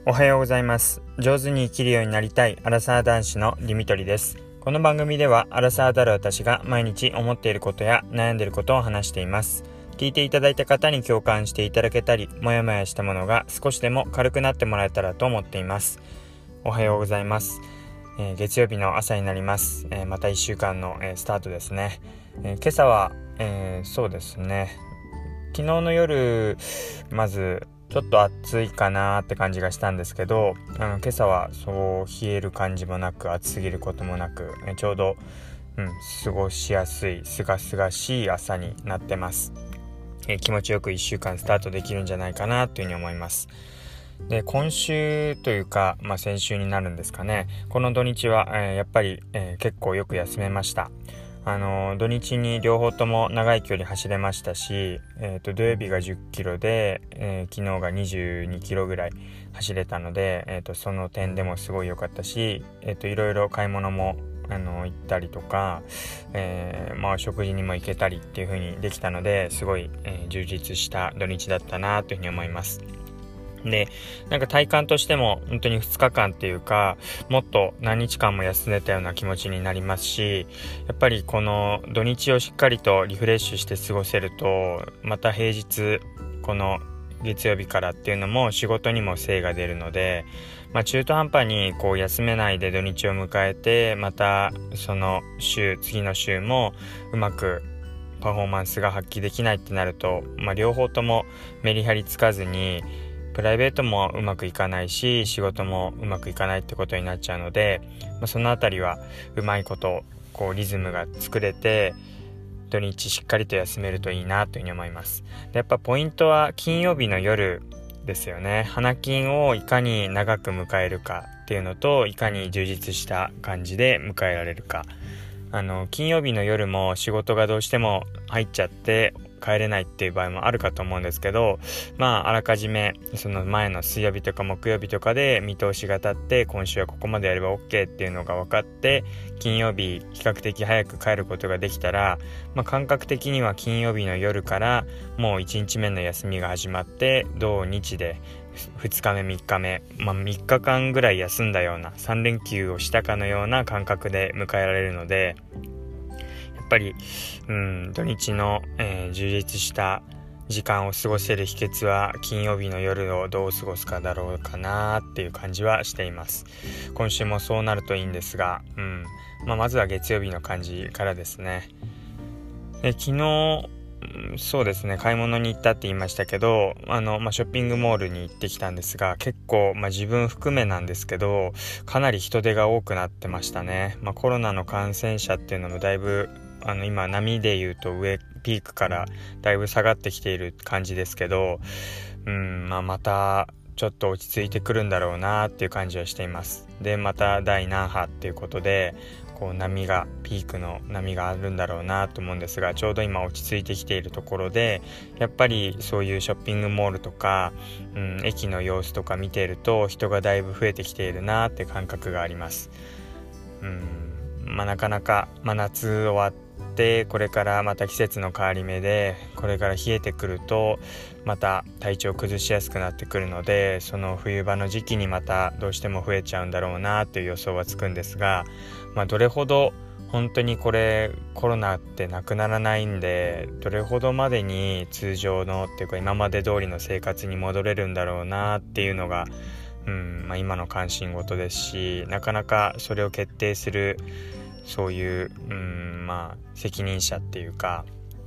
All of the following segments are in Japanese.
おはようございます。上手に生きるようになりたいアラサー男子のディミトリです。この番組ではアラサーである私が毎日思っていることや悩んでいることを話しています。聞いていただいた方に共感していただけたり、もやもやしたものが少しでも軽くなってもらえたらと思っています。おはようございます。月曜日の朝になります。また1週間の、スタートですね。今朝は、そうですね、昨日の夜まずちょっと暑いかなって感じがしたんですけど、今朝はそう冷える感じもなく暑すぎることもなく、ちょうど、過ごしやすいすがすがしい朝になってます。気持ちよく1週間スタートできるんじゃないかなというふうに思います。で、今週というか、先週になるんですかね、この土日は、やっぱり、結構よく休めました。土日に両方とも長い距離走れましたし、土曜日が10キロで、昨日が22キロぐらい走れたので、その点でもすごい良かったし、いろいろ買い物も行ったりとか、食事にも行けたりっていう風にできたので、すごい、充実した土日だったなというふうに思います。で、なんか体感としても本当に2日間っていうか、もっと何日間も休んでたような気持ちになりますし、やっぱりこの土日をしっかりとリフレッシュして過ごせると、また平日この月曜日からっていうのも仕事にも精が出るので、中途半端にこう休めないで土日を迎えて、またその次の週もうまくパフォーマンスが発揮できないってなると、両方ともメリハリつかずにプライベートもうまくいかないし、仕事もうまくいかないってことになっちゃうので、そのあたりはうまいことこうリズムが作れて、土日しっかりと休めるといいなというふうに思います。で、やっぱポイントは金曜日の夜ですよね。花金をいかに長く迎えるかっていうのと、いかに充実した感じで迎えられるか。金曜日の夜も仕事がどうしても入っちゃって帰れないっていう場合もあるかと思うんですけど、あらかじめその前の水曜日とか木曜日とかで見通しが立って、今週はここまでやれば OK っていうのが分かって、金曜日比較的早く帰ることができたら、感覚的には金曜日の夜からもう1日目の休みが始まって、土日で2日目3日目、3日間ぐらい休んだような、3連休をしたかのような感覚で迎えられるので、やっぱり土日の、充実した時間を過ごせる秘訣は、金曜日の夜をどう過ごすかだろうかなっていう感じはしています。今週もそうなるといいんですが、まずは月曜日の感じからですね。で、昨日そうですね、買い物に行ったって言いましたけど、ショッピングモールに行ってきたんですが、結構、自分含めなんですけど、かなり人手が多くなってましたね。コロナの感染者っていうのもだいぶ今波で言うとピークからだいぶ下がってきている感じですけど、またちょっと落ち着いてくるんだろうなっていう感じはしています。で、また第何波っていうことでピークの波があるんだろうなと思うんですが、ちょうど今落ち着いてきているところで、やっぱりそういうショッピングモールとか、駅の様子とか見ていると、人がだいぶ増えてきているなって感覚があります。なかなか真夏終わってこれからまた季節の変わり目で、これから冷えてくるとまた体調崩しやすくなってくるので、その冬場の時期にまたどうしても増えちゃうんだろうなという予想はつくんですが、どれほど本当にこれコロナってなくならないんで、どれほどまでに通常のっていうか今まで通りの生活に戻れるんだろうなっていうのが今の関心事ですし、なかなかそれを決定するそういう責任者っていうか、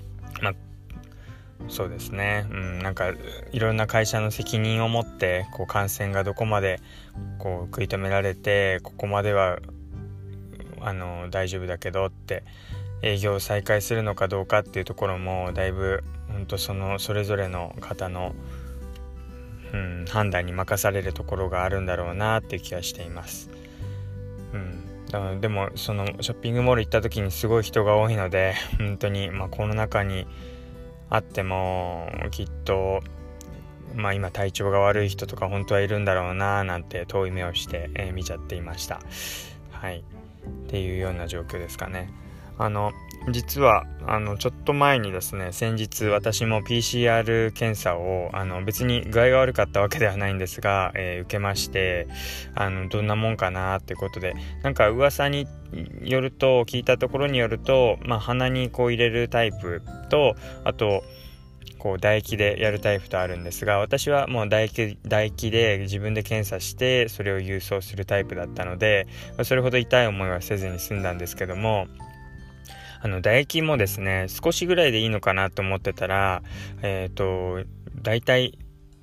そうですね、なんかいろんな会社の責任を持ってこう感染がどこまでこう食い止められて、ここまでは大丈夫だけどって営業を再開するのかどうかっていうところも、だいぶ本当それぞれの方の判断に任されるところがあるんだろうなっていう気がしています。でもそのショッピングモール行った時にすごい人が多いので、本当にこの中にあってもきっと今体調が悪い人とか本当はいるんだろうななんて遠い目をして、見ちゃっていました。はい、っていうような状況ですかね。 実はちょっと前にですね、先日私も PCR 検査を別に具合が悪かったわけではないんですが、受けまして、どんなもんかなってことで、なんか噂によると、聞いたところによると、鼻にこう入れるタイプと、あとこう唾液でやるタイプとあるんですが、私はもう唾液で自分で検査してそれを郵送するタイプだったので、それほど痛い思いはせずに済んだんですけども、唾液もですね、少しぐらいでいいのかなと思ってたら、だいたい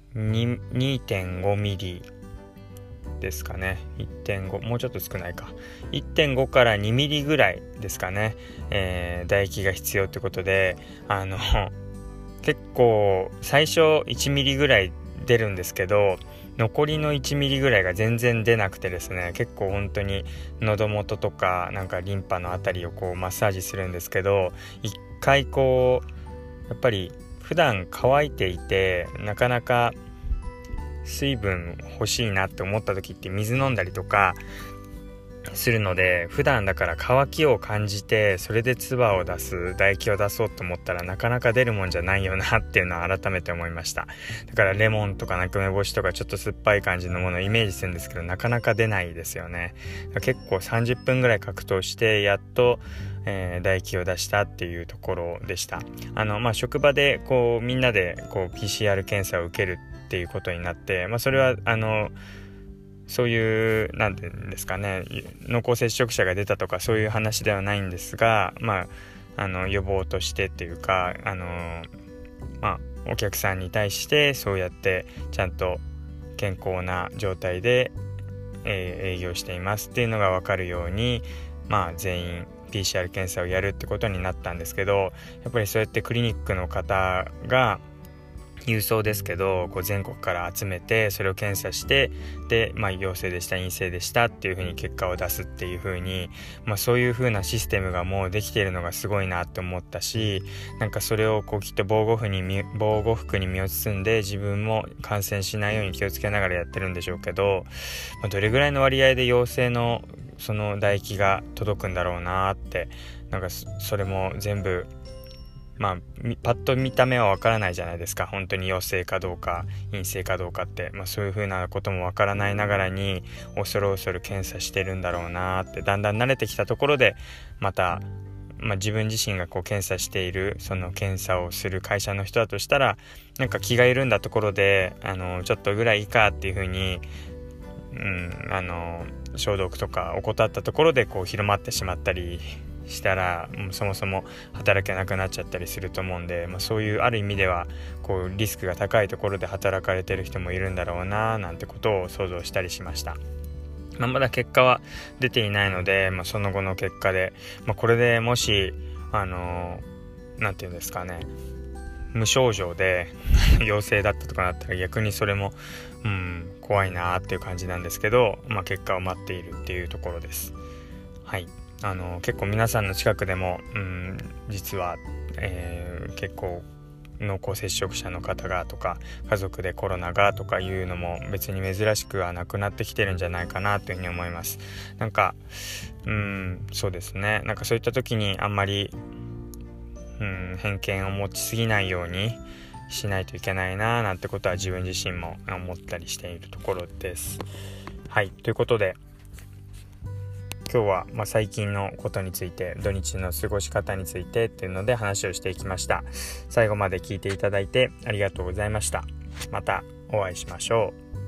2.5 ミリですかね。1.5、もうちょっと少ないか。1.5 から2ミリぐらいですかね。唾液が必要ってことで、結構最初1ミリぐらい出るんですけど、残りの1ミリぐらいが全然出なくてですね、結構本当に喉元とかなんかリンパのあたりをこうマッサージするんですけど、一回こうやっぱり普段乾いていてなかなか水分欲しいなって思った時って水飲んだりとかするので、普段だから渇きを感じてそれで唾を出す、唾液を出そうと思ったらなかなか出るもんじゃないよなっていうのを改めて思いました。だからレモンとかなくめ干しとかちょっと酸っぱい感じのものをイメージするんですけど、なかなか出ないですよね。結構30分ぐらい格闘してやっと唾液を出したっていうところでした。職場でこうみんなでこう PCR 検査を受けるっていうことになって、それはそういうなんていうんですかね、濃厚接触者が出たとかそういう話ではないんですが、予防としてっていうか、お客さんに対してそうやってちゃんと健康な状態で、営業していますっていうのが分かるように、全員 PCR 検査をやるってことになったんですけど、やっぱりそうやってクリニックの方が郵送ですけどこう全国から集めてそれを検査して、で、陽性でした陰性でしたっていう風に結果を出すっていう風に、そういう風なシステムがもうできているのがすごいなって思ったし、なんかそれをこうきっと防護服に身を包んで自分も感染しないように気をつけながらやってるんでしょうけど、どれぐらいの割合で陽性のその唾液が届くんだろうなって、なんかそれも全部パッと見た目はわからないじゃないですか。本当に陽性かどうか陰性かどうかって、そういう風なこともわからないながらに恐る検査してるんだろうなって、だんだん慣れてきたところでまた、自分自身がこう検査しているその検査をする会社の人だとしたら、なんか気が緩んだところでちょっとぐらいいいかっていう風に消毒とか怠ったところでこう広まってしまったりしたら、そもそも働けなくなっちゃったりすると思うんで、そういうある意味ではこうリスクが高いところで働かれてる人もいるんだろうななんてことを想像したりしました。まだ結果は出ていないので、その後の結果で、これでもしなんていうんですかね、無症状で陽性だったとかなったら逆にそれも怖いなっていう感じなんですけど、結果を待っているっていうところです。はい。結構皆さんの近くでも、実は、結構濃厚接触者の方がとか家族でコロナがとかいうのも別に珍しくはなくなってきてるんじゃないかなというふうに思います。なんかそうですね、なんかそういった時にあんまり偏見を持ちすぎないようにしないといけないななんてことは自分自身も思ったりしているところです。はい、ということで今日は最近のことについて、土日の過ごし方についてっていうので話をしていきました。最後まで聞いていただいてありがとうございました。またお会いしましょう。